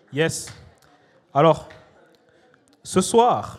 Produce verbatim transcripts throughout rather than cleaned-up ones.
Yes. Alors, ce soir,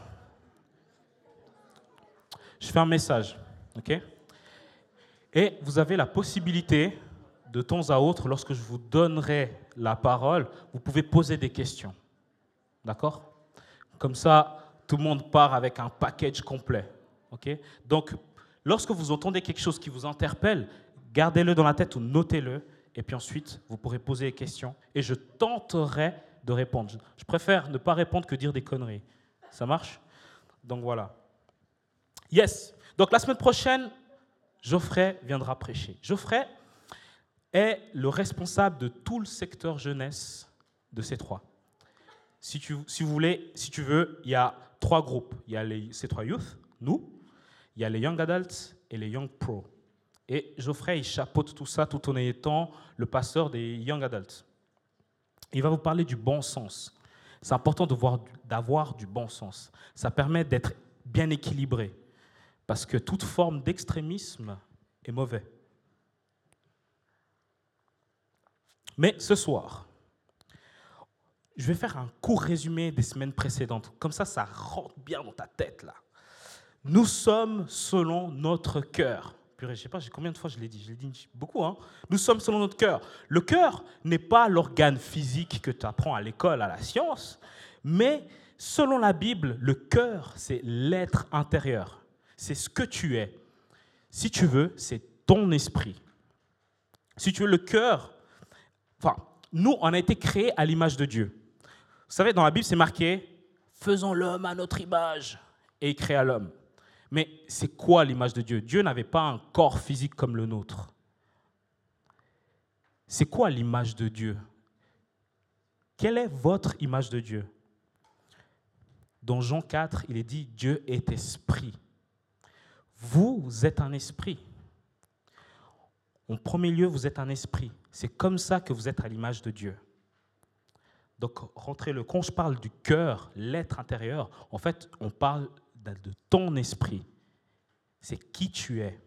je fais un message, ok? Et vous avez la possibilité, de temps à autre, lorsque je vous donnerai la parole, vous pouvez poser des questions. D'accord? Comme ça, tout le monde part avec un package complet. Ok? Donc, lorsque vous entendez quelque chose qui vous interpelle, gardez-le dans la tête ou notez-le, et puis ensuite, vous pourrez poser des questions, et je tenterai de répondre. Je préfère ne pas répondre que dire des conneries. Ça marche? Donc voilà. Yes. Donc la semaine prochaine, Geoffrey viendra prêcher. Geoffrey est le responsable de tout le secteur jeunesse de C trois. Si tu, si vous voulez, si tu veux, il y a trois groupes. Il y a les C trois Youth, nous, il y a les Young Adults et les Young Pro. Et Geoffrey, il chapeaute tout ça tout en étant le pasteur des Young Adults. Il va vous parler du bon sens. C'est important de voir, d'avoir du bon sens. Ça permet d'être bien équilibré. Parce que toute forme d'extrémisme est mauvais. Mais ce soir, je vais faire un court résumé des semaines précédentes. Comme ça, ça rentre bien dans ta tête, là. Nous sommes selon notre cœur. Purée, je ne sais pas combien de fois je l'ai dit. Je l'ai dit beaucoup, hein. Nous sommes selon notre cœur. Le cœur n'est pas l'organe physique que tu apprends à l'école, à la science, mais selon la Bible, le cœur, c'est l'être intérieur. C'est ce que tu es. Si tu veux, c'est ton esprit. Si tu veux, le cœur... Enfin, nous, on a été créés à l'image de Dieu. Vous savez, dans la Bible, c'est marqué « Faisons l'homme à notre image » et il créa l'homme. Mais c'est quoi l'image de Dieu? Dieu n'avait pas un corps physique comme le nôtre. C'est quoi l'image de Dieu? Quelle est votre image de Dieu? Dans Jean quatre, il est dit « Dieu est esprit ». Vous, vous êtes un esprit. En premier lieu, vous êtes un esprit. C'est comme ça que vous êtes à l'image de Dieu. Donc, rentrez-le. Quand je parle du cœur, l'être intérieur, en fait, on parle de ton esprit. C'est qui tu es.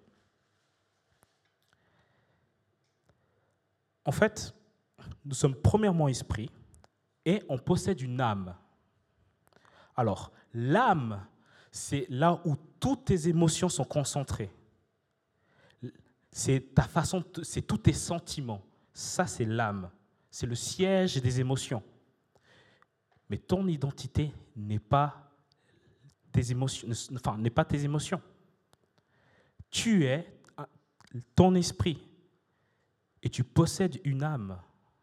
En fait, nous sommes premièrement esprit et on possède une âme. Alors, l'âme, c'est là où toutes tes émotions sont concentrées. C'est ta façon, c'est tous tes sentiments. Ça, c'est l'âme. C'est le siège des émotions. Mais ton identité n'est pas tes émotions, enfin, n'est pas tes émotions. Tu es ton esprit et tu possèdes une âme.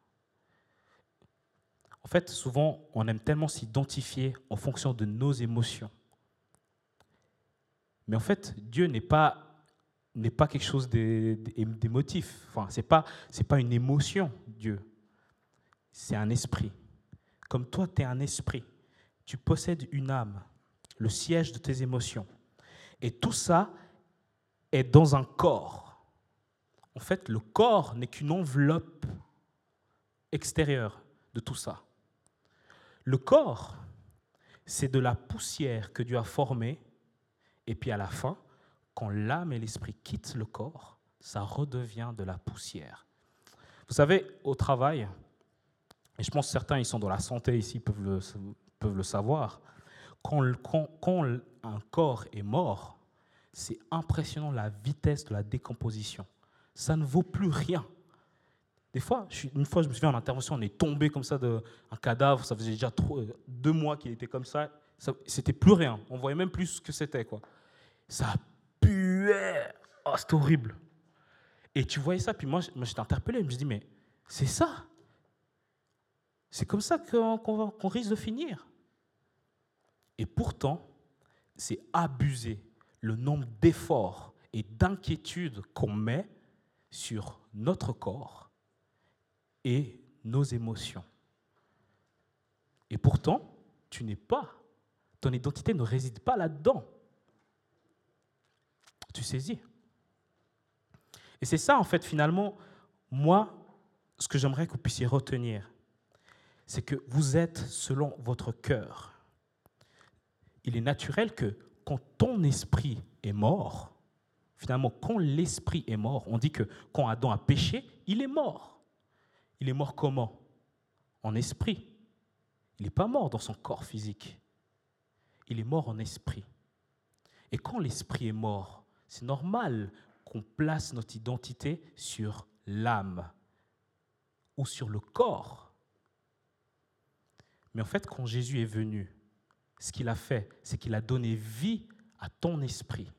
En fait, souvent, on aime tellement s'identifier en fonction de nos émotions. Mais en fait, Dieu n'est pas n'est pas quelque chose d'émotif. Enfin, ce n'est pas, c'est pas une émotion, Dieu. C'est un esprit. Comme toi, tu es un esprit. Tu possèdes une âme, le siège de tes émotions. Et tout ça est dans un corps. En fait, le corps n'est qu'une enveloppe extérieure de tout ça. Le corps, c'est de la poussière que Dieu a formée, et puis à la fin, quand l'âme et l'esprit quittent le corps, ça redevient de la poussière. Vous savez, au travail, et je pense que certains ils sont dans la santé ici peuvent le, peuvent le savoir, quand, quand, quand un corps est mort, c'est impressionnant la vitesse de la décomposition. Ça ne vaut plus rien. Des fois, je suis, une fois, je me souviens en intervention, on est tombé comme ça d'un cadavre, ça faisait déjà trop, deux mois qu'il était comme ça, ça c'était plus rien. On voyait même plus ce que c'était, quoi. Ça puait. Oh, c'était horrible. Et tu voyais ça, puis moi, moi j'étais interpellé. Je me dis, mais c'est ça. C'est comme ça qu'on, qu'on, qu'on risque de finir. Et pourtant, c'est abusé le nombre d'efforts et d'inquiétudes qu'on met sur notre corps et nos émotions. Et pourtant, tu n'es pas, ton identité ne réside pas là-dedans. Tu saisis. Et c'est ça, en fait, finalement, moi, ce que j'aimerais que vous puissiez retenir, c'est que vous êtes selon votre cœur. Il est naturel que quand ton esprit est mort, finalement, quand l'esprit est mort, on dit que quand Adam a péché, il est mort. Il est mort comment? En esprit. il n'est pas mort dans son corps physique. Il est mort en esprit. Et quand l'esprit est mort, c'est normal qu'on place notre identité sur l'âme ou sur le corps. Mais en fait, quand Jésus est venu, ce qu'il a fait, c'est qu'il a donné vie à ton esprit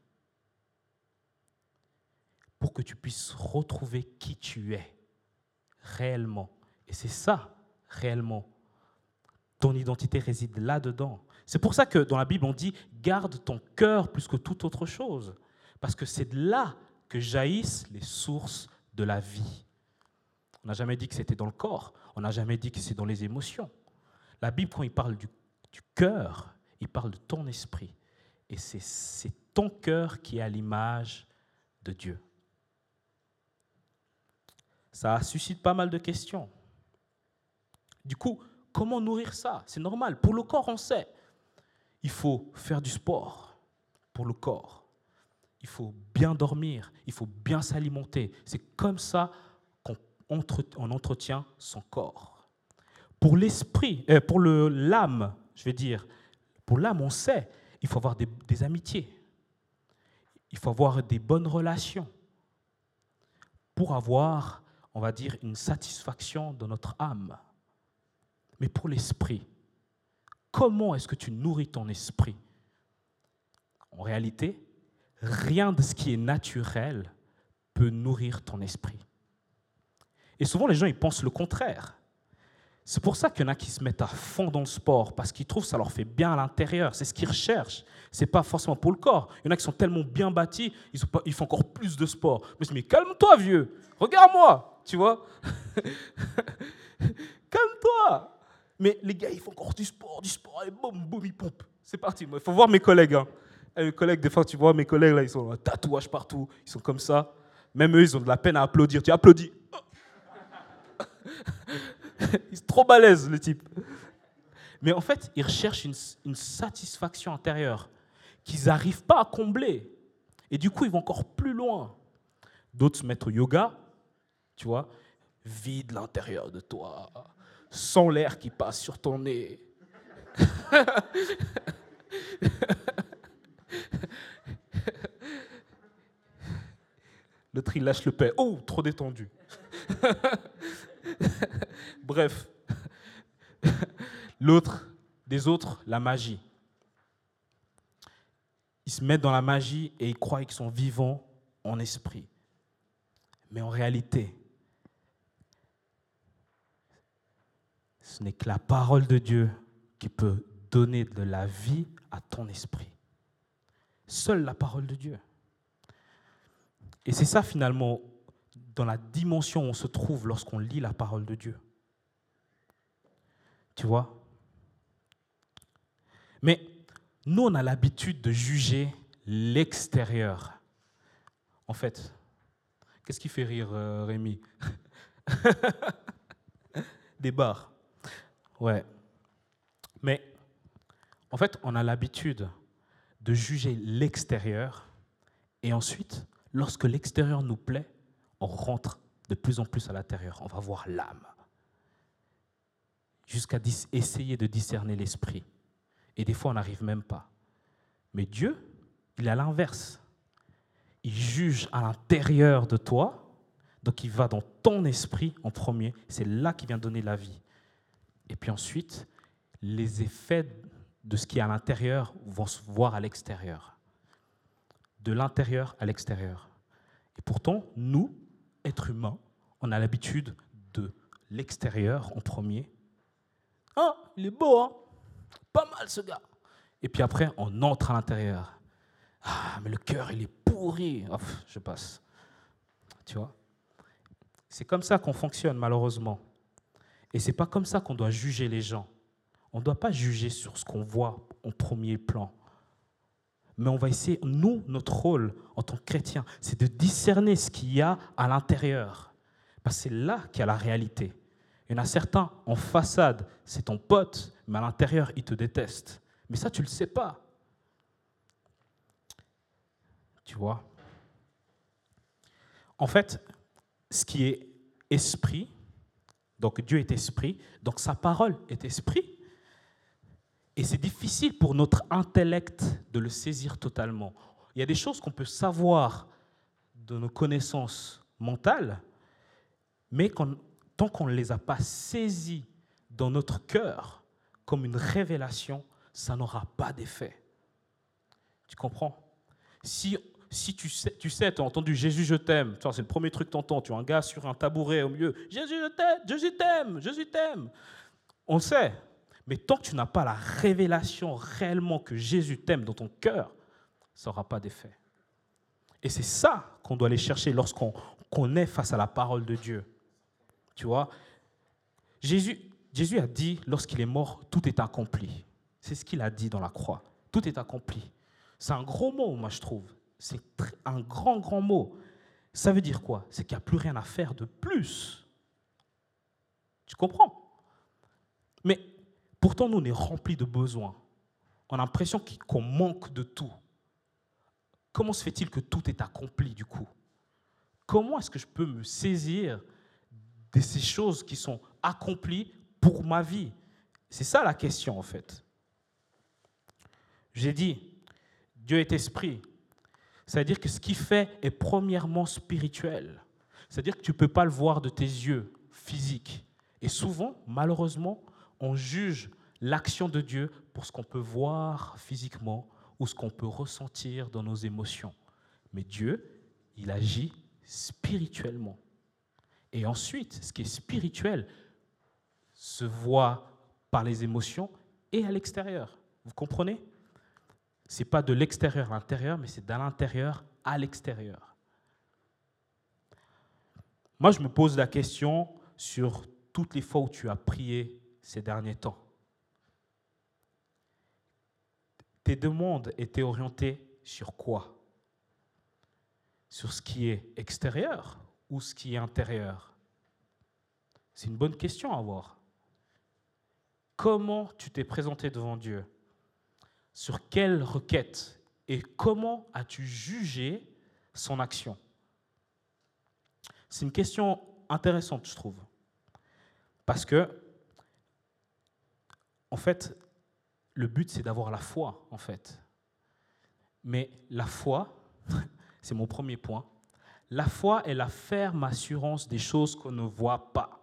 pour que tu puisses retrouver qui tu es réellement. Et c'est ça, réellement. Ton identité réside là-dedans. C'est pour ça que dans la Bible, on dit « garde ton cœur plus que toute autre chose ». Parce que c'est de là que jaillissent les sources de la vie. On n'a jamais dit que c'était dans le corps. On n'a jamais dit que c'est dans les émotions. La Bible, quand il parle du, du cœur, il parle de ton esprit. Et c'est, c'est ton cœur qui est à l'image de Dieu. Ça suscite pas mal de questions. Du coup, comment nourrir ça? C'est normal. Pour le corps, on sait. Il faut faire du sport pour le corps. Il faut bien dormir. Il faut bien s'alimenter. C'est comme ça qu'on entre, on entretient son corps. Pour l'esprit, euh, pour le, l'âme, je vais dire, pour l'âme, on sait, il faut avoir des, des amitiés. Il faut avoir des bonnes relations pour avoir, on va dire, une satisfaction dans notre âme. Mais pour l'esprit, comment est-ce que tu nourris ton esprit? En réalité, rien de ce qui est naturel peut nourrir ton esprit. Et souvent, les gens ils pensent le contraire. C'est pour ça qu'il y en a qui se mettent à fond dans le sport, parce qu'ils trouvent que ça leur fait bien à l'intérieur. C'est ce qu'ils recherchent. Ce n'est pas forcément pour le corps. Il y en a qui sont tellement bien bâtis, ils, sont pas, ils font encore plus de sport. Mais je me dis, calme-toi, vieux. Regarde-moi, tu vois. Calme-toi. Mais les gars, ils font encore du sport, du sport, et boum, boum, ils pompent. C'est parti. Il faut voir mes collègues. Hein. Mes collègues, des fois, tu vois, mes collègues, là, ils ont un tatouage partout. Ils sont comme ça. Même eux, ils ont de la peine à applaudir. Tu applaudis. Il est trop balèze, le type. Mais en fait, ils recherchent une, une satisfaction intérieure qu'ils n'arrivent pas à combler. Et du coup, ils vont encore plus loin. D'autres se mettent au yoga, tu vois, vide l'intérieur de toi, sans l'air qui passe sur ton nez. L'autre, il lâche le paix. Oh, trop détendu. Bref. L'autre, des autres, la magie. Ils se mettent dans la magie et ils croient qu'ils sont vivants en esprit. Mais en réalité, ce n'est que la parole de Dieu qui peut donner de la vie à ton esprit. Seule la parole de Dieu. Et c'est ça finalement, dans la dimension où on se trouve lorsqu'on lit la parole de Dieu. Tu vois? Mais nous, on a l'habitude de juger l'extérieur. En fait, qu'est-ce qui fait rire euh, Rémi? Des bars. Ouais. Mais en fait, on a l'habitude de juger l'extérieur et ensuite, lorsque l'extérieur nous plaît, on rentre de plus en plus à l'intérieur. On va voir l'âme. Jusqu'à dis- essayer de discerner l'esprit. Et des fois, on n'arrive même pas. Mais Dieu, il est à l'inverse. Il juge à l'intérieur de toi, donc il va dans ton esprit en premier. C'est là qu'il vient donner la vie. Et puis ensuite, les effets de ce qui est à l'intérieur vont se voir à l'extérieur. De l'intérieur à l'extérieur. Et pourtant, nous, êtres humains, on a l'habitude de l'extérieur en premier. Ah, il est beau, hein? Pas mal ce gars. Et puis après, on entre à l'intérieur. Ah, mais le cœur, il est pourri. Oh, je passe. Tu vois? C'est comme ça qu'on fonctionne, malheureusement. Et c'est pas comme ça qu'on doit juger les gens. On ne doit pas juger sur ce qu'on voit en premier plan. Mais on va essayer, nous, notre rôle en tant que chrétien, c'est de discerner ce qu'il y a à l'intérieur. Parce que c'est là qu'il y a la réalité. Il y en a certains, en façade, c'est ton pote, mais à l'intérieur, il te déteste. Mais ça, tu ne le sais pas. Tu vois? En fait, ce qui est esprit, donc Dieu est esprit, donc sa parole est esprit. Et c'est difficile pour notre intellect de le saisir totalement. Il y a des choses qu'on peut savoir de nos connaissances mentales, mais qu'on, tant qu'on ne les a pas saisies dans notre cœur comme une révélation, ça n'aura pas d'effet. Tu comprends? Si, si tu sais, tu sais, tu as entendu Jésus, je t'aime, c'est le premier truc que tu entends, tu as un gars sur un tabouret au milieu, Jésus, je t'aime, Jésus t'aime, Jésus t'aime. On le sait, mais tant que tu n'as pas la révélation réellement que Jésus t'aime dans ton cœur, ça n'aura pas d'effet. Et c'est ça qu'on doit aller chercher lorsqu'on qu'on est face à la parole de Dieu. Tu vois, Jésus, Jésus a dit, lorsqu'il est mort, tout est accompli. C'est ce qu'il a dit dans la croix. Tout est accompli. C'est un gros mot, moi, je trouve. C'est un grand, grand mot. Ça veut dire quoi? C'est qu'il n'y a plus rien à faire de plus. Tu comprends? Mais pourtant, nous, on est remplis de besoins. On a l'impression qu'on manque de tout. Comment se fait-il que tout est accompli, du coup? Comment est-ce que je peux me saisir de ces choses qui sont accomplies pour ma vie? C'est ça la question, en fait. J'ai dit, Dieu est esprit. C'est-à-dire que ce qu'il fait est premièrement spirituel. C'est-à-dire que tu ne peux pas le voir de tes yeux physiques. Et souvent, malheureusement, on juge l'action de Dieu pour ce qu'on peut voir physiquement ou ce qu'on peut ressentir dans nos émotions. Mais Dieu, il agit spirituellement. Et ensuite, ce qui est spirituel se voit par les émotions et à l'extérieur. Vous comprenez? Ce n'est pas de l'extérieur à l'intérieur, mais c'est de l'intérieur à l'extérieur. Moi, je me pose la question sur toutes les fois où tu as prié ces derniers temps. Tes demandes étaient orientées sur quoi? Sur ce qui est extérieur ou ce qui est intérieur? C'est une bonne question à avoir. Comment tu t'es présenté devant Dieu? Sur quelle requête? Et comment as-tu jugé son action? C'est une question intéressante, je trouve. Parce que, en fait, le but, c'est d'avoir la foi, en fait. Mais la foi, c'est mon premier point, la foi est la ferme assurance des choses qu'on ne voit pas.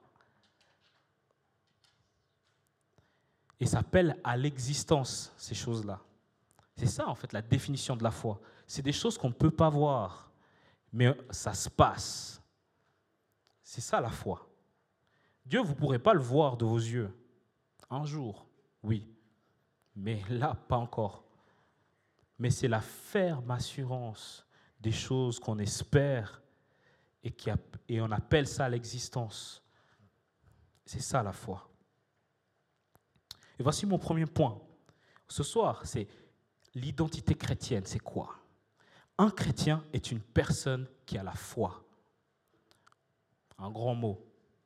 Et ça appelle à l'existence, ces choses-là. C'est ça, en fait, la définition de la foi. C'est des choses qu'on ne peut pas voir, mais ça se passe. C'est ça, la foi. Dieu, vous ne pourrez pas le voir de vos yeux. Un jour, oui. Mais là, pas encore. Mais c'est la ferme assurance des choses qu'on espère et, qui a, et on appelle ça l'existence. C'est ça, la foi. Et voici mon premier point. Ce soir, c'est l'identité chrétienne. C'est quoi? Un chrétien est une personne qui a la foi. Un grand mot.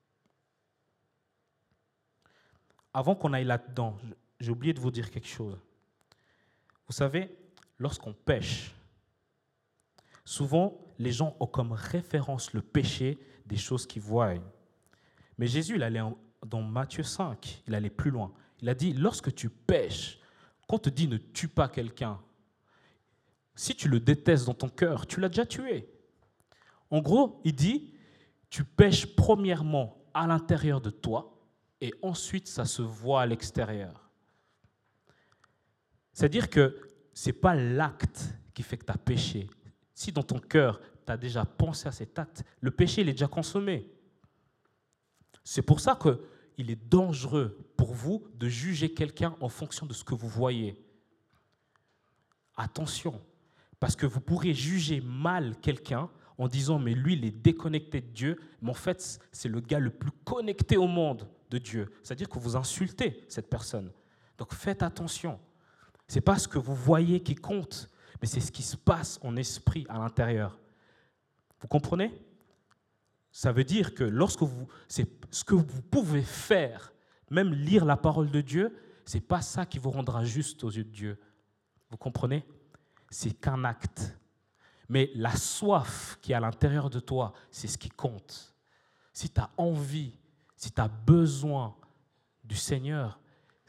Avant qu'on aille là-dedans, j'ai oublié de vous dire quelque chose. Vous savez, lorsqu'on pêche, souvent, les gens ont comme référence le péché des choses qu'ils voient. Mais Jésus, il allait dans Matthieu cinq, il allait plus loin. Il a dit, lorsque tu pêches, quand on te dit ne tue pas quelqu'un, si tu le détestes dans ton cœur, tu l'as déjà tué. En gros, il dit, tu pêches premièrement à l'intérieur de toi et ensuite ça se voit à l'extérieur. C'est-à-dire que ce n'est pas l'acte qui fait que tu as péché. Si dans ton cœur, tu as déjà pensé à cet acte, le péché, il est déjà consommé. C'est pour ça qu'il est dangereux pour vous de juger quelqu'un en fonction de ce que vous voyez. Attention, parce que vous pourrez juger mal quelqu'un en disant « mais lui, il est déconnecté de Dieu », mais en fait, c'est le gars le plus connecté au monde de Dieu. C'est-à-dire que vous insultez cette personne. Donc faites attention. Ce n'est pas ce que vous voyez qui compte, mais c'est ce qui se passe en esprit à l'intérieur. Vous comprenez? Ça veut dire que lorsque vous, c'est ce que vous pouvez faire, même lire la parole de Dieu, ce n'est pas ça qui vous rendra juste aux yeux de Dieu. Vous comprenez? C'est qu'un acte. Mais la soif qui est à l'intérieur de toi, c'est ce qui compte. Si tu as envie, si tu as besoin du Seigneur,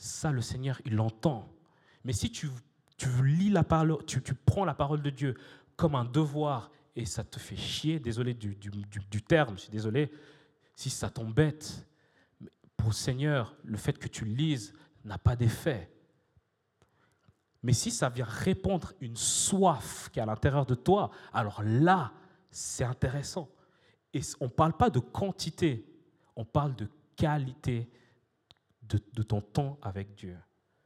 ça, le Seigneur, il l'entend. Mais si tu, tu lis la parole, tu, tu prends la parole de Dieu comme un devoir et ça te fait chier, désolé du, du, du, du terme, je suis désolé, si ça t'embête, pour le Seigneur, le fait que tu le lises n'a pas d'effet. Mais si ça vient répondre une soif qui est à l'intérieur de toi, alors là, c'est intéressant. Et on ne parle pas de quantité, on parle de qualité de, de ton temps avec Dieu.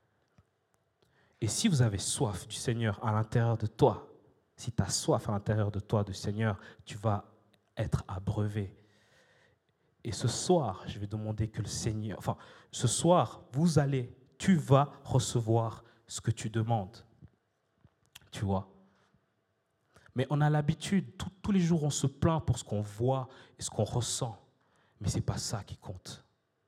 Et si vous avez soif du Seigneur à l'intérieur de toi, si tu as soif à l'intérieur de toi du Seigneur, tu vas être abreuvé. Et ce soir, je vais demander que le Seigneur, enfin, ce soir, vous allez, tu vas recevoir ce que tu demandes. Tu vois? Mais on a l'habitude, tout, tous les jours, on se plaint pour ce qu'on voit et ce qu'on ressent. Mais ce n'est pas ça qui compte.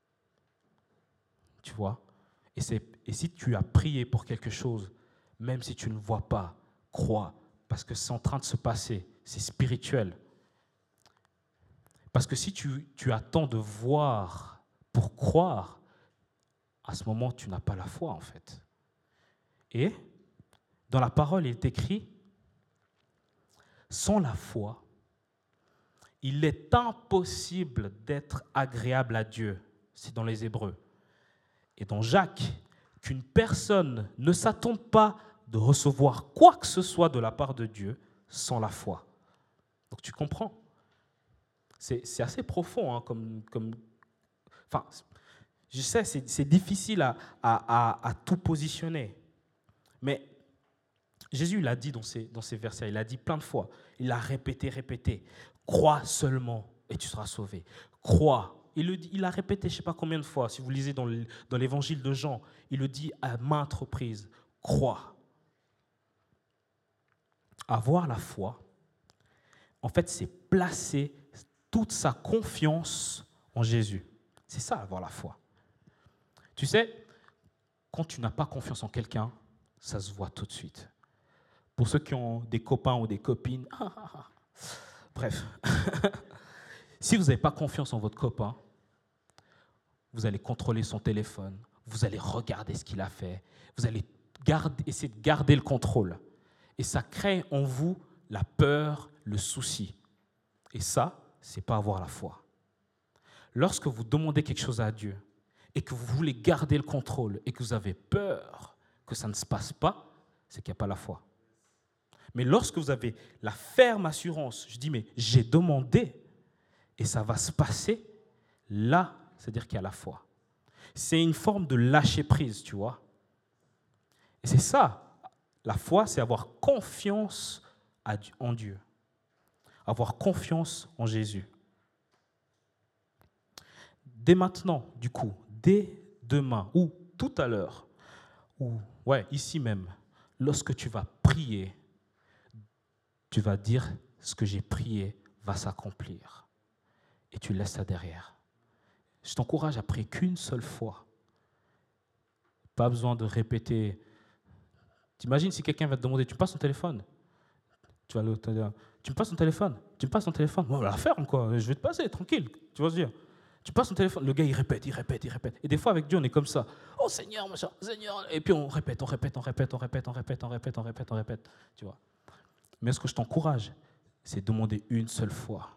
Tu vois? Et, c'est, et si tu as prié pour quelque chose, même si tu ne vois pas, crois, parce que c'est en train de se passer, c'est spirituel. Parce que si tu, tu attends de voir pour croire, à ce moment, tu n'as pas la foi, en fait. Et dans la parole, il est écrit, sans la foi, il est impossible d'être agréable à Dieu. C'est dans les Hébreux. Et dans Jacques, qu'une personne ne s'attende pas de recevoir quoi que ce soit de la part de Dieu sans la foi. Donc tu comprends? C'est, c'est assez profond, hein, comme, comme, enfin, je sais, c'est, c'est difficile à, à, à, à tout positionner. Mais Jésus l'a dit dans ces, dans ces versets, il l'a dit plein de fois, il l'a répété, répété. Crois seulement et tu seras sauvé. Crois. Il, le dit, il l'a répété je ne sais pas combien de fois. Si vous lisez dans, le, dans l'évangile de Jean, il le dit à maintes reprises. Crois. Avoir la foi, en fait, c'est placer toute sa confiance en Jésus. C'est ça, avoir la foi. Tu sais, quand tu n'as pas confiance en quelqu'un, ça se voit tout de suite. Pour ceux qui ont des copains ou des copines, bref, si vous n'avez pas confiance en votre copain, vous allez contrôler son téléphone, vous allez regarder ce qu'il a fait, vous allez garder, essayer de garder le contrôle. Et ça crée en vous la peur, le souci. Et ça, ce n'est pas avoir la foi. Lorsque vous demandez quelque chose à Dieu et que vous voulez garder le contrôle et que vous avez peur que ça ne se passe pas, c'est qu'il n'y a pas la foi. Mais lorsque vous avez la ferme assurance, je dis, mais j'ai demandé et ça va se passer, là, c'est-à-dire qu'il y a la foi. C'est une forme de lâcher prise, tu vois. Et c'est ça, la foi, c'est avoir confiance en Dieu. Avoir confiance en Jésus. Dès maintenant, du coup, dès demain, ou tout à l'heure, ou ouais, ici même, lorsque tu vas prier, tu vas dire ce que j'ai prié va s'accomplir. Et tu laisses ça derrière. Je t'encourage à prier qu'une seule fois. Pas besoin de répéter. T'imagines si quelqu'un va te demander, tu me passes ton téléphone? Tu vas te dire, tu me passes ton téléphone? Tu me passes ton téléphone? Bon, la ferme, quoi. Je vais te passer, tranquille. Tu vas se dire. Tu passes ton téléphone, le gars il répète, il répète, il répète. Et des fois avec Dieu on est comme ça. Oh Seigneur, machin, Seigneur. Et puis on répète, on répète, on répète, on répète, on répète, on répète, on répète, on répète. Tu vois. Mais ce que je t'encourage, c'est de demander une seule fois.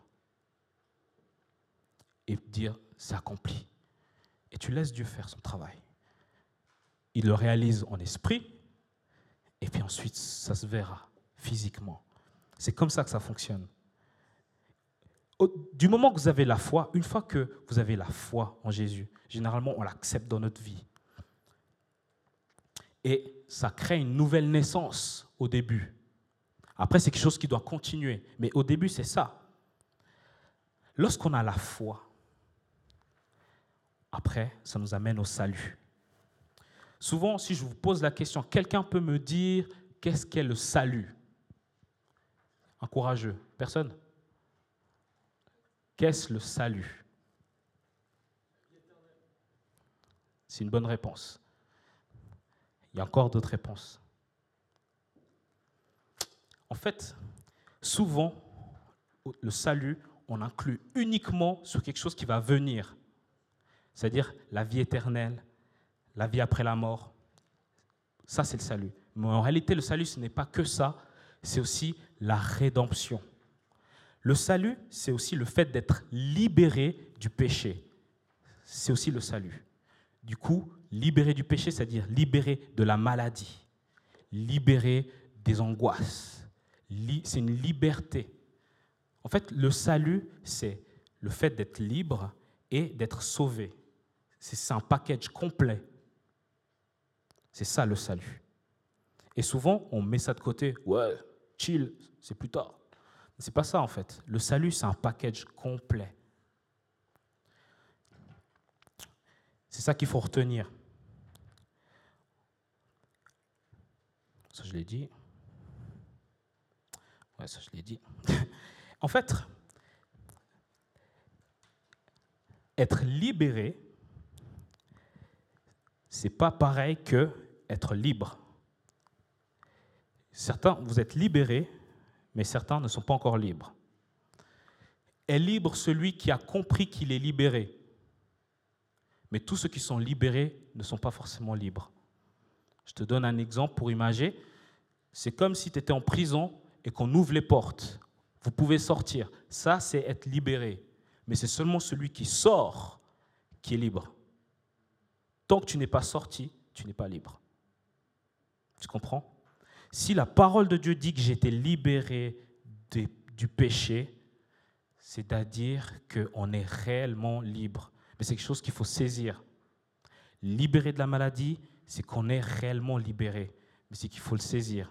Et dire, c'est accompli. Et tu laisses Dieu faire son travail. Il le réalise en esprit, et puis ensuite, ça se verra physiquement. C'est comme ça que ça fonctionne. Du moment que vous avez la foi, une fois que vous avez la foi en Jésus, généralement, on l'accepte dans notre vie. Et ça crée une nouvelle naissance au début. Après, c'est quelque chose qui doit continuer. Mais au début, c'est ça. Lorsqu'on a la foi, après, ça nous amène au salut. Souvent, si je vous pose la question, quelqu'un peut me dire qu'est-ce qu'est le salut? Un courageux. Personne? Qu'est-ce le salut? C'est une bonne réponse. Il y a encore d'autres réponses. En fait, souvent, le salut, on inclut uniquement sur quelque chose qui va venir. C'est-à-dire la vie éternelle, la vie après la mort. Ça, c'est le salut. Mais en réalité, le salut, ce n'est pas que ça, c'est aussi la rédemption. Le salut, c'est aussi le fait d'être libéré du péché. C'est aussi le salut. Du coup, libéré du péché, c'est-à-dire libéré de la maladie, libéré des angoisses. C'est une liberté. En fait, le salut, c'est le fait d'être libre et d'être sauvé. C'est un package complet. C'est ça le salut. Et souvent, on met ça de côté. Ouais, chill, c'est plus tard. C'est pas ça en fait. Le salut, c'est un package complet. C'est ça qu'il faut retenir. Ça, je l'ai dit. Ouais, ça, je l'ai dit. En fait, être libéré, c'est pas pareil que être libre. Certains, vous êtes libérés, mais certains ne sont pas encore libres. Est libre celui qui a compris qu'il est libéré. Mais tous ceux qui sont libérés ne sont pas forcément libres. Je te donne un exemple pour imager. C'est comme si tu étais en prison et qu'on ouvre les portes. Vous pouvez sortir. Ça, c'est être libéré. Mais c'est seulement celui qui sort qui est libre. Tant que tu n'es pas sorti, tu n'es pas libre. Tu comprends ? Si la parole de Dieu dit que j'ai été libéré de, du péché, c'est-à-dire qu'on est réellement libre. Mais c'est quelque chose qu'il faut saisir. Libéré de la maladie, c'est qu'on est réellement libéré. Mais c'est qu'il faut le saisir.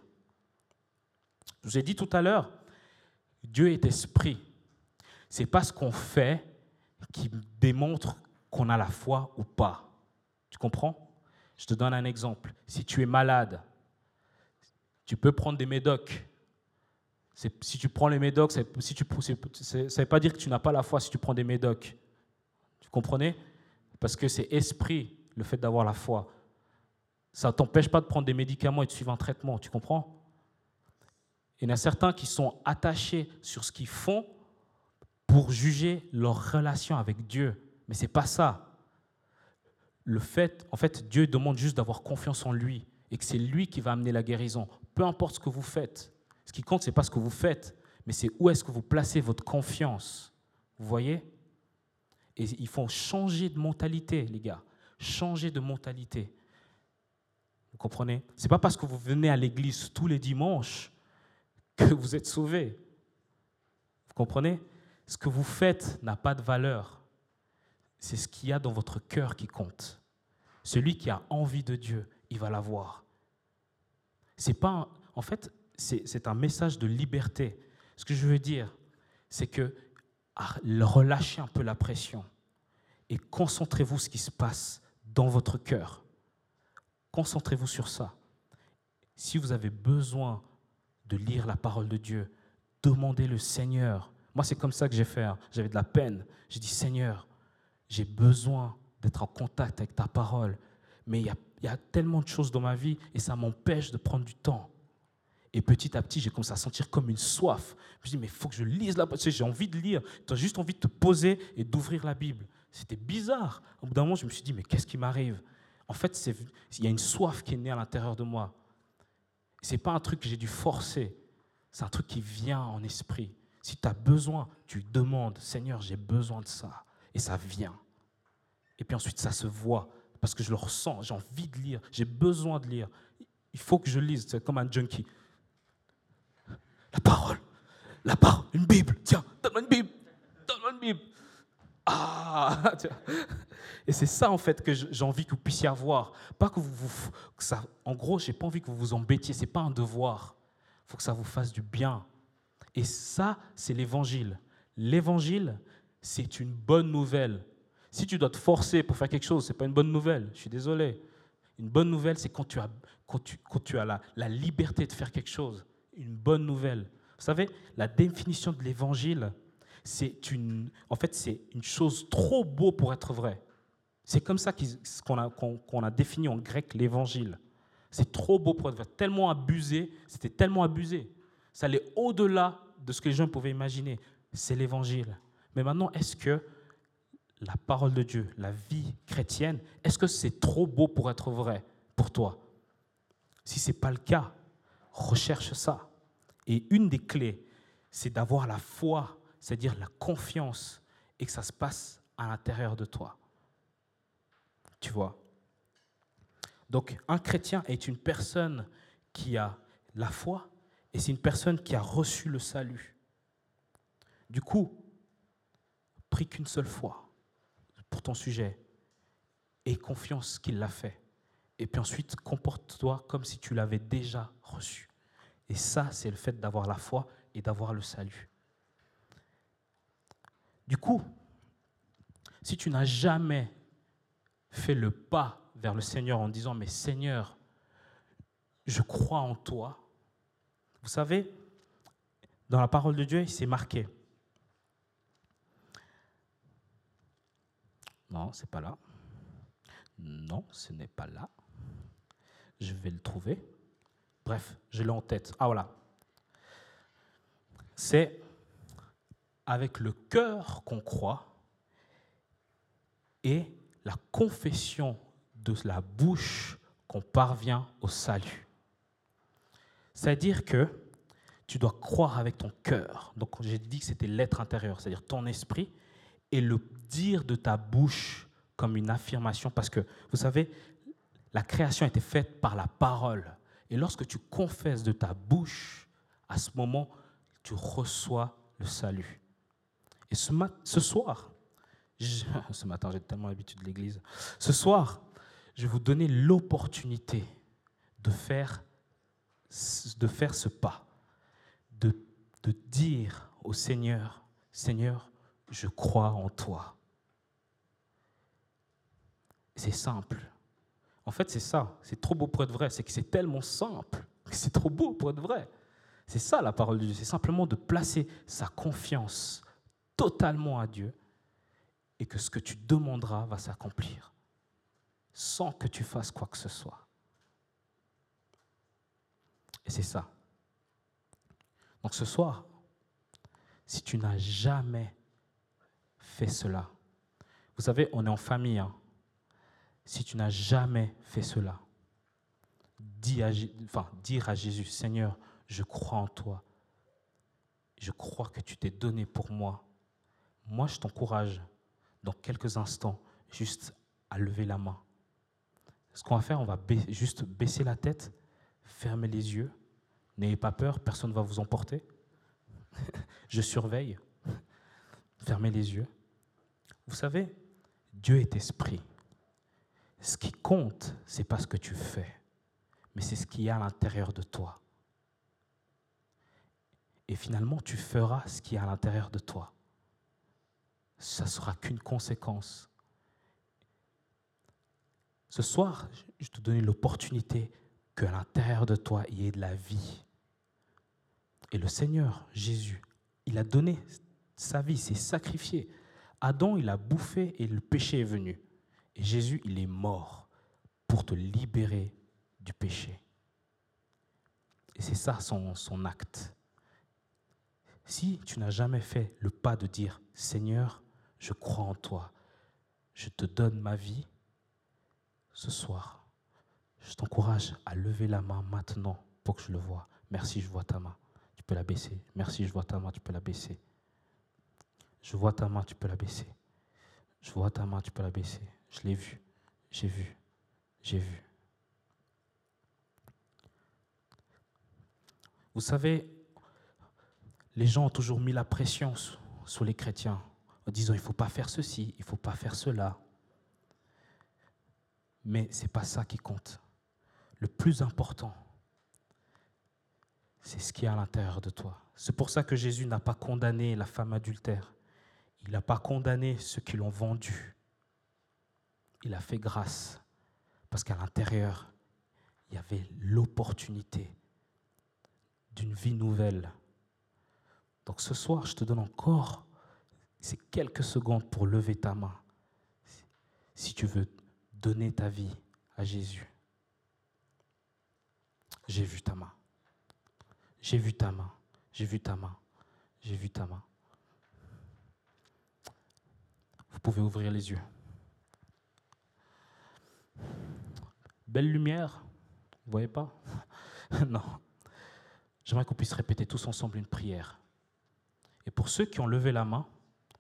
Je vous ai dit tout à l'heure, Dieu est esprit. Ce n'est pas ce qu'on fait qui démontre qu'on a la foi ou pas. Tu comprends ? Je te donne un exemple. Si tu es malade, tu peux prendre des médocs. C'est, si tu prends les médocs, c'est, si tu, c'est, c'est, ça ne veut pas dire que tu n'as pas la foi si tu prends des médocs. Vous comprenez ? Parce que c'est esprit, le fait d'avoir la foi. Ça ne t'empêche pas de prendre des médicaments et de suivre un traitement. Tu comprends ? Il y en a certains qui sont attachés sur ce qu'ils font pour juger leur relation avec Dieu. Mais ce n'est pas ça. Le fait, en fait, Dieu demande juste d'avoir confiance en lui et que c'est lui qui va amener la guérison. Peu importe ce que vous faites. Ce qui compte, ce n'est pas ce que vous faites, mais c'est où est-ce que vous placez votre confiance. Vous voyez ? Et il faut changer de mentalité, les gars. Changer de mentalité. Vous comprenez ? Ce n'est pas parce que vous venez à l'église tous les dimanches que vous êtes sauvés. Vous comprenez ? Ce que vous faites n'a pas de valeur. C'est ce qu'il y a dans votre cœur qui compte. Celui qui a envie de Dieu, il va l'avoir. C'est pas un, en fait, c'est, c'est un message de liberté. Ce que je veux dire, c'est que ah, relâchez un peu la pression et concentrez-vous sur ce qui se passe dans votre cœur. Concentrez-vous sur ça. Si vous avez besoin de lire la parole de Dieu, demandez le Seigneur. Moi, c'est comme ça que j'ai fait. Hein. J'avais de la peine. J'ai dit, Seigneur, j'ai besoin d'être en contact avec ta parole. Mais il y a, il y a tellement de choses dans ma vie et ça m'empêche de prendre du temps. Et petit à petit, j'ai commencé à sentir comme une soif. Je me dis, mais il faut que je lise la Bible. Tu sais, j'ai envie de lire. Tu as juste envie de te poser et d'ouvrir la Bible. C'était bizarre. Au bout d'un moment, je me suis dit, mais qu'est-ce qui m'arrive ? En fait, c'est, il y a une soif qui est née à l'intérieur de moi. Ce n'est pas un truc que j'ai dû forcer. C'est un truc qui vient en esprit. Si tu as besoin, tu demandes, Seigneur, j'ai besoin de ça. Et ça vient. Et puis ensuite, ça se voit. Parce que je le ressens. J'ai envie de lire. J'ai besoin de lire. Il faut que je lise. C'est comme un junkie. La parole, la parole, une Bible, tiens, donne-moi une Bible, donne-moi une Bible. Ah, tiens. Et c'est ça en fait que j'ai envie que vous puissiez avoir. Pas que vous, vous que ça, en gros, j'ai pas envie que vous vous embêtiez, c'est pas un devoir. Il faut que ça vous fasse du bien. Et ça, c'est l'évangile. L'évangile, c'est une bonne nouvelle. Si tu dois te forcer pour faire quelque chose, c'est pas une bonne nouvelle, je suis désolé. Une bonne nouvelle, c'est quand tu as, quand tu, quand tu as la, la liberté de faire quelque chose. Une bonne nouvelle. Vous savez, la définition de l'évangile, c'est une, en fait, c'est une chose trop beau pour être vraie. C'est comme ça qu'on a, qu'on, qu'on a défini en grec l'évangile. C'est trop beau pour être vrai, tellement abusé, c'était tellement abusé. Ça allait au-delà de ce que les gens pouvaient imaginer. C'est l'évangile. Mais maintenant, est-ce que la parole de Dieu, la vie chrétienne, est-ce que c'est trop beau pour être vrai pour toi? Si ce n'est pas le cas, recherche ça. Et une des clés, c'est d'avoir la foi, c'est-à-dire la confiance, et que ça se passe à l'intérieur de toi. Tu vois? Donc, un chrétien est une personne qui a la foi et c'est une personne qui a reçu le salut. Du coup, prie qu'une seule fois pour ton sujet et confiance qu'il l'a fait. Et puis ensuite, comporte-toi comme si tu l'avais déjà reçu. Et ça, c'est le fait d'avoir la foi et d'avoir le salut. Du coup, si tu n'as jamais fait le pas vers le Seigneur en disant « Mais Seigneur, je crois en toi », vous savez, dans la parole de Dieu, il s'est marqué. Non, ce n'est pas là. Non, ce n'est pas là. Je vais le trouver. Bref, je l'ai en tête. Ah voilà. C'est avec le cœur qu'on croit et la confession de la bouche qu'on parvient au salut. C'est-à-dire que tu dois croire avec ton cœur. Donc j'ai dit que c'était l'être intérieur, c'est-à-dire ton esprit, et le dire de ta bouche comme une affirmation, parce que vous savez, la création a été faite par la parole. Et lorsque tu confesses de ta bouche, à ce moment, tu reçois le salut. Et ce, mat- ce soir, je, ce matin, j'ai tellement l'habitude de l'église. Ce soir, je vais vous donner l'opportunité de faire, de faire ce pas, de, de dire au Seigneur, Seigneur, je crois en toi. C'est simple. En fait, c'est ça. C'est trop beau pour être vrai. C'est que c'est tellement simple que c'est trop beau pour être vrai. C'est ça la parole de Dieu. C'est simplement de placer sa confiance totalement à Dieu et que ce que tu demanderas va s'accomplir sans que tu fasses quoi que ce soit. Et c'est ça. Donc ce soir, si tu n'as jamais fait cela, vous savez, on est en famille, hein. Si tu n'as jamais fait cela, dis à, enfin, dire à Jésus, Seigneur, je crois en toi. Je crois que tu t'es donné pour moi. Moi, je t'encourage, dans quelques instants, juste à lever la main. Ce qu'on va faire, on va ba- juste baisser la tête, fermer les yeux. N'ayez pas peur, personne ne va vous emporter. Je surveille. Fermez les yeux. Vous savez, Dieu est esprit. Ce qui compte, ce n'est pas ce que tu fais, mais c'est ce qu'il y a à l'intérieur de toi. Et finalement, tu feras ce qu'il y a à l'intérieur de toi. Ça ne sera qu'une conséquence. Ce soir, je te donne l'opportunité qu'à l'intérieur de toi, il y ait de la vie. Et le Seigneur, Jésus, il a donné sa vie, il s'est sacrifié. Adam, il a bouffé et le péché est venu. Et Jésus, il est mort pour te libérer du péché. Et c'est ça son, son acte. Si tu n'as jamais fait le pas de dire « Seigneur, je crois en toi, je te donne ma vie », ce soir, je t'encourage à lever la main maintenant pour que je le voie. Merci, je vois ta main, tu peux la baisser. Merci, je vois ta main, tu peux la baisser. Je vois ta main, tu peux la baisser. Je vois ta main, tu peux la baisser. Je l'ai vu, j'ai vu, j'ai vu. Vous savez, les gens ont toujours mis la pression sur les chrétiens en disant « il ne faut pas faire ceci, il ne faut pas faire cela ». Mais ce n'est pas ça qui compte. Le plus important, c'est ce qui est à l'intérieur de toi. C'est pour ça que Jésus n'a pas condamné la femme adultère. Il n'a pas condamné ceux qui l'ont vendue. Il a fait grâce parce qu'à l'intérieur, il y avait l'opportunité d'une vie nouvelle. Donc ce soir, je te donne encore ces quelques secondes pour lever ta main si tu veux donner ta vie à Jésus. J'ai vu ta main. J'ai vu ta main. J'ai vu ta main. J'ai vu ta main. Vous pouvez ouvrir les yeux. Belle lumière, vous voyez pas? Non. J'aimerais qu'on puisse répéter tous ensemble une prière. Et pour ceux qui ont levé la main,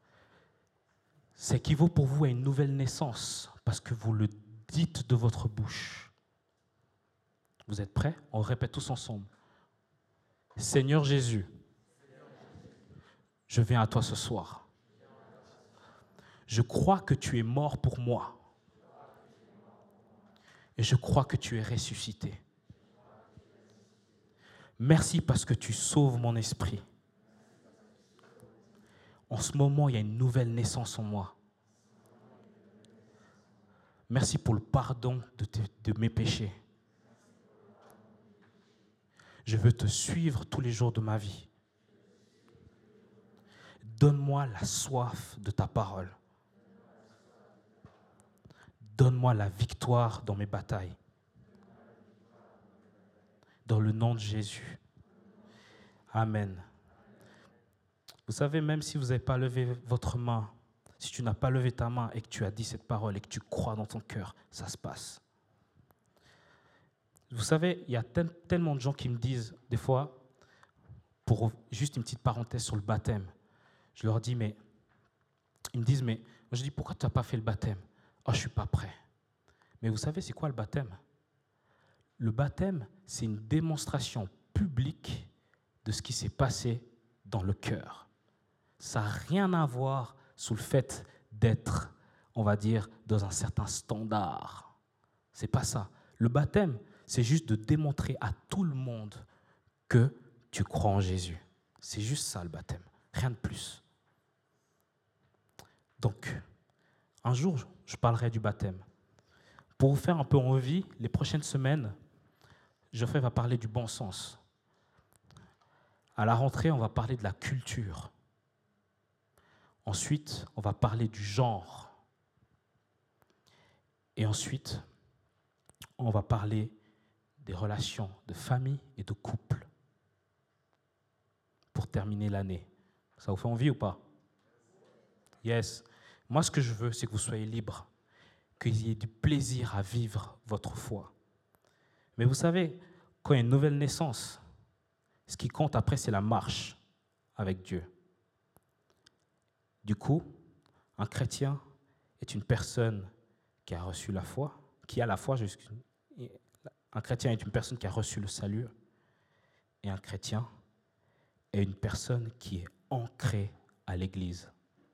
ça équivaut pour vous à une nouvelle naissance, parce que vous le dites de votre bouche. Vous êtes prêts? On répète tous ensemble. Seigneur Jésus, je viens à toi ce soir. Je crois que tu es mort pour moi. Et je crois que tu es ressuscité. Merci parce que tu sauves mon esprit. En ce moment, il y a une nouvelle naissance en moi. Merci pour le pardon de, te, de mes péchés. Je veux te suivre tous les jours de ma vie. Donne-moi la soif de ta parole. Donne-moi la victoire dans mes batailles. Dans le nom de Jésus. Amen. Vous savez, même si vous n'avez pas levé votre main, si tu n'as pas levé ta main et que tu as dit cette parole et que tu crois dans ton cœur, ça se passe. Vous savez, il y a tel, tellement de gens qui me disent, des fois, pour juste une petite parenthèse sur le baptême, je leur dis, mais, ils me disent, mais, je dis, pourquoi tu n'as pas fait le baptême? Oh, je ne suis pas prêt. Mais vous savez, c'est quoi le baptême? Le baptême, c'est une démonstration publique de ce qui s'est passé dans le cœur. Ça n'a rien à voir sous le fait d'être, on va dire, dans un certain standard. C'est pas ça. Le baptême, c'est juste de démontrer à tout le monde que tu crois en Jésus. C'est juste ça le baptême, rien de plus. Donc, un jour, je parlerai du baptême. Pour vous faire un peu envie, les prochaines semaines, Geoffrey va parler du bon sens. À la rentrée, on va parler de la culture. Ensuite, on va parler du genre. Et ensuite, on va parler des relations de famille et de couple. Pour terminer l'année. Ça vous fait envie ou pas? Yes. Moi, ce que je veux, c'est que vous soyez libres, qu'il y ait du plaisir à vivre votre foi. Mais vous savez, quand il y a une nouvelle naissance, ce qui compte après, c'est la marche avec Dieu. Du coup, un chrétien est une personne qui a reçu la foi, qui a la foi. Un chrétien est une personne qui a reçu le salut. Et un chrétien est une personne qui est ancrée à l'Église.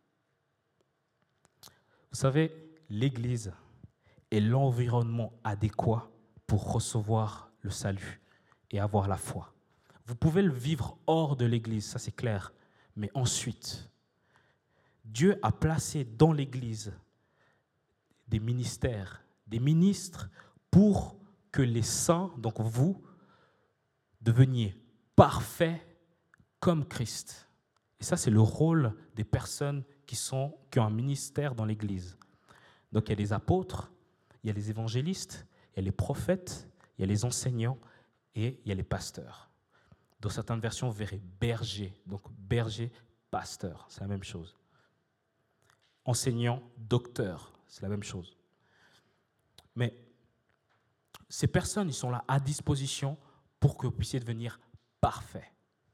Vous savez, l'Église est l'environnement adéquat pour recevoir le salut et avoir la foi. Vous pouvez le vivre hors de l'Église, ça c'est clair. Mais ensuite, Dieu a placé dans l'Église des ministères, des ministres pour que les saints, donc vous, deveniez parfaits comme Christ. Et ça, c'est le rôle des personnes qui, sont, qui ont un ministère dans l'Église. Donc il y a les apôtres, il y a les évangélistes, il y a les prophètes, il y a les enseignants et il y a les pasteurs. Dans certaines versions, vous verrez berger. Donc berger, pasteur, c'est la même chose. Enseignant, docteur, c'est la même chose. Mais ces personnes, ils sont là à disposition pour que vous puissiez devenir parfaits.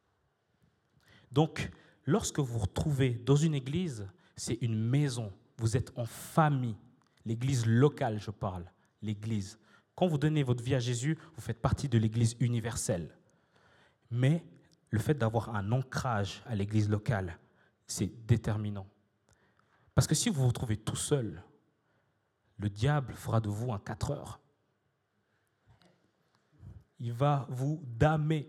Donc, lorsque vous vous retrouvez dans une église, c'est une maison. Vous êtes en famille. L'église locale, je parle. L'église. Quand vous donnez votre vie à Jésus, vous faites partie de l'église universelle. Mais le fait d'avoir un ancrage à l'église locale, c'est déterminant. Parce que si vous vous retrouvez tout seul, le diable fera de vous un quatre heures. Il va vous damer.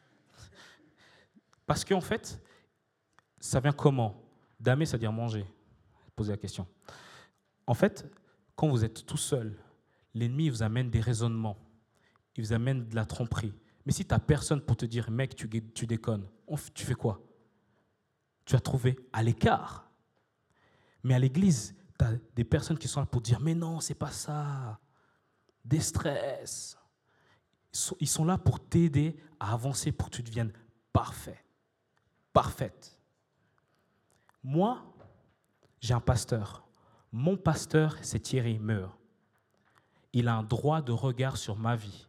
Parce qu'en fait, ça vient comment? Damer, ça veut dire manger. Posez la question. En fait, quand vous êtes tout seul, l'ennemi vous amène des raisonnements. Il vous amène de la tromperie. Mais si tu n'as personne pour te dire, mec, tu, tu déconnes, tu fais quoi? Tu vas te trouver à l'écart. Mais à l'église, tu as des personnes qui sont là pour dire, mais non, c'est pas ça. Des stress. Ils sont là pour t'aider à avancer pour que tu deviennes parfait. Parfaite. Moi, j'ai un pasteur. mon pasteur, c'est Thierry Meur. Il a un droit de regard sur ma vie.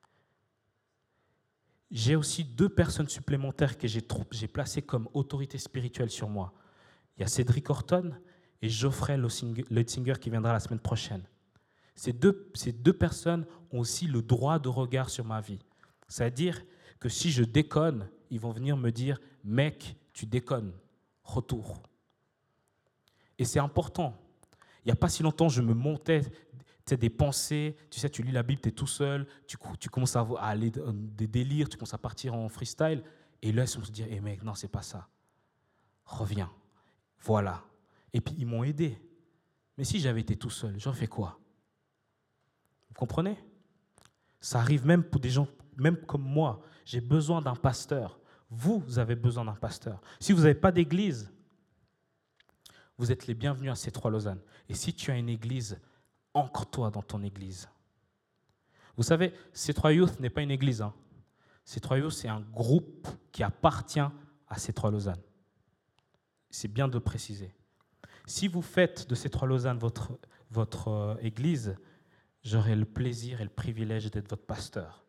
J'ai aussi deux personnes supplémentaires que j'ai, j'ai placées comme autorité spirituelle sur moi. Il y a Cédric Horton et Geoffrey Leutzinger qui viendra la semaine prochaine. Ces deux, ces deux personnes ont aussi le droit de regard sur ma vie. C'est-à-dire que si je déconne, ils vont venir me dire « Mec, tu déconnes, retour ». Et c'est important. Il n'y a pas si longtemps, je me montais des pensées, tu sais, tu lis la Bible, tu es tout seul, tu, tu commences à aller dans des délires, tu commences à partir en freestyle, et là, ils vont se dire, hey mec, non, c'est pas ça. Reviens. Voilà. Et puis, ils m'ont aidé. Mais si j'avais été tout seul, j'aurais fait quoi? Vous comprenez? Ça arrive même pour des gens, même comme moi. J'ai besoin d'un pasteur. Vous, vous avez besoin d'un pasteur. Si vous n'avez pas d'église, vous êtes les bienvenus à C trois Lausanne. Et si tu as une église, ancre-toi dans ton église. Vous savez, C trois Youth n'est pas une église. Hein. C trois Youth, c'est un groupe qui appartient à C trois Lausanne. C'est bien de le préciser. Si vous faites de C trois Lausanne votre, votre euh, église, j'aurai le plaisir et le privilège d'être votre pasteur.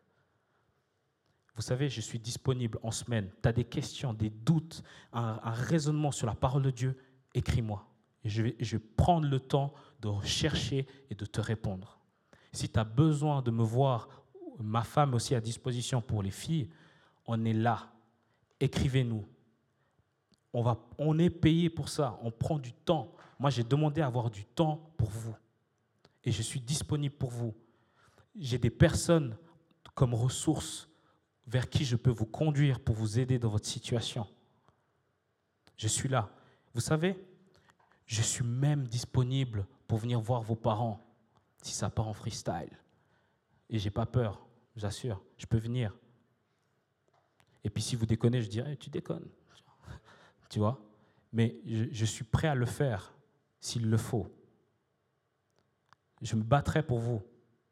Vous savez, je suis disponible en semaine. Tu as des questions, des doutes, un, un raisonnement sur la parole de Dieu, écris-moi. Et je vais, je vais prendre le temps de rechercher et de te répondre. Si tu as besoin de me voir, ma femme aussi à disposition pour les filles, on est là. Écrivez-nous. On, va, on est payé pour ça. On prend du temps. Moi, j'ai demandé à avoir du temps pour vous. Et je suis disponible pour vous. J'ai des personnes comme ressources vers qui je peux vous conduire pour vous aider dans votre situation. Je suis là. Vous savez, je suis même disponible pour venir voir vos parents si ça part en freestyle. Et je n'ai pas peur, je vous assure, je peux venir. Et puis si vous déconnez, je dirais, tu déconnes. Tu vois? Mais je, je suis prêt à le faire s'il le faut. Je me battrai pour vous.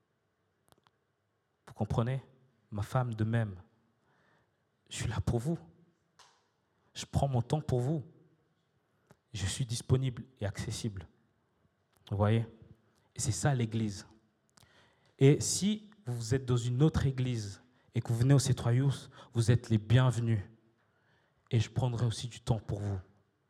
Vous comprenez? Ma femme de même. Je suis là pour vous. Je prends mon temps pour vous. Je suis disponible et accessible. Vous voyez? Et c'est ça l'Église. Et si vous êtes dans une autre Église et que vous venez au C trois Youth, vous êtes les bienvenus. Et je prendrai aussi du temps pour vous.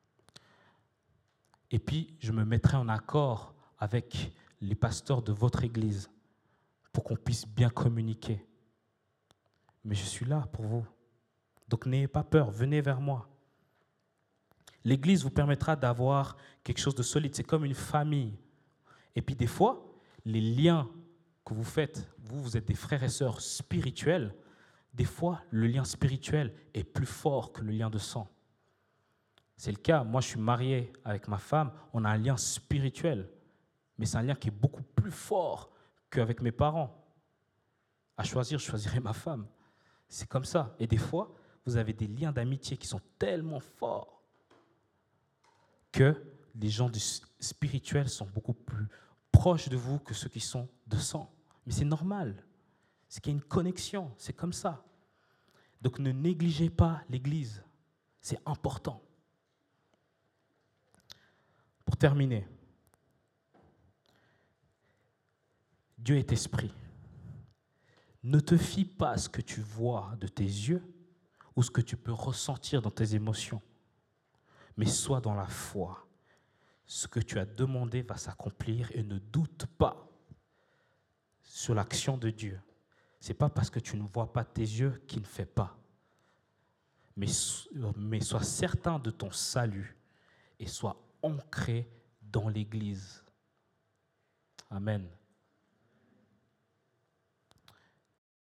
Et puis, je me mettrai en accord avec les pasteurs de votre Église pour qu'on puisse bien communiquer. Mais je suis là pour vous. Donc n'ayez pas peur, venez vers moi. L'Église vous permettra d'avoir quelque chose de solide. C'est comme une famille. Et puis des fois, les liens que vous faites, vous, vous êtes des frères et sœurs spirituels, des fois, le lien spirituel est plus fort que le lien de sang. C'est le cas. Moi, je suis marié avec ma femme. On a un lien spirituel. Mais c'est un lien qui est beaucoup plus fort qu'avec mes parents. À choisir, je choisirais ma femme. C'est comme ça. Et des fois, vous avez des liens d'amitié qui sont tellement forts que les gens du spirituel sont beaucoup plus proches de vous que ceux qui sont de sang. Mais c'est normal. C'est qu'il y a une connexion. C'est comme ça. Donc ne négligez pas l'Église. C'est important. Pour terminer, Dieu est esprit. Ne te fie pas à ce que tu vois de tes yeux ou ce que tu peux ressentir dans tes émotions, mais sois dans la foi. Ce que tu as demandé va s'accomplir et ne doute pas sur l'action de Dieu. Ce n'est pas parce que tu ne vois pas tes yeux qu'il ne fait pas. Mais, mais sois certain de ton salut et sois ancré dans l'Église. Amen.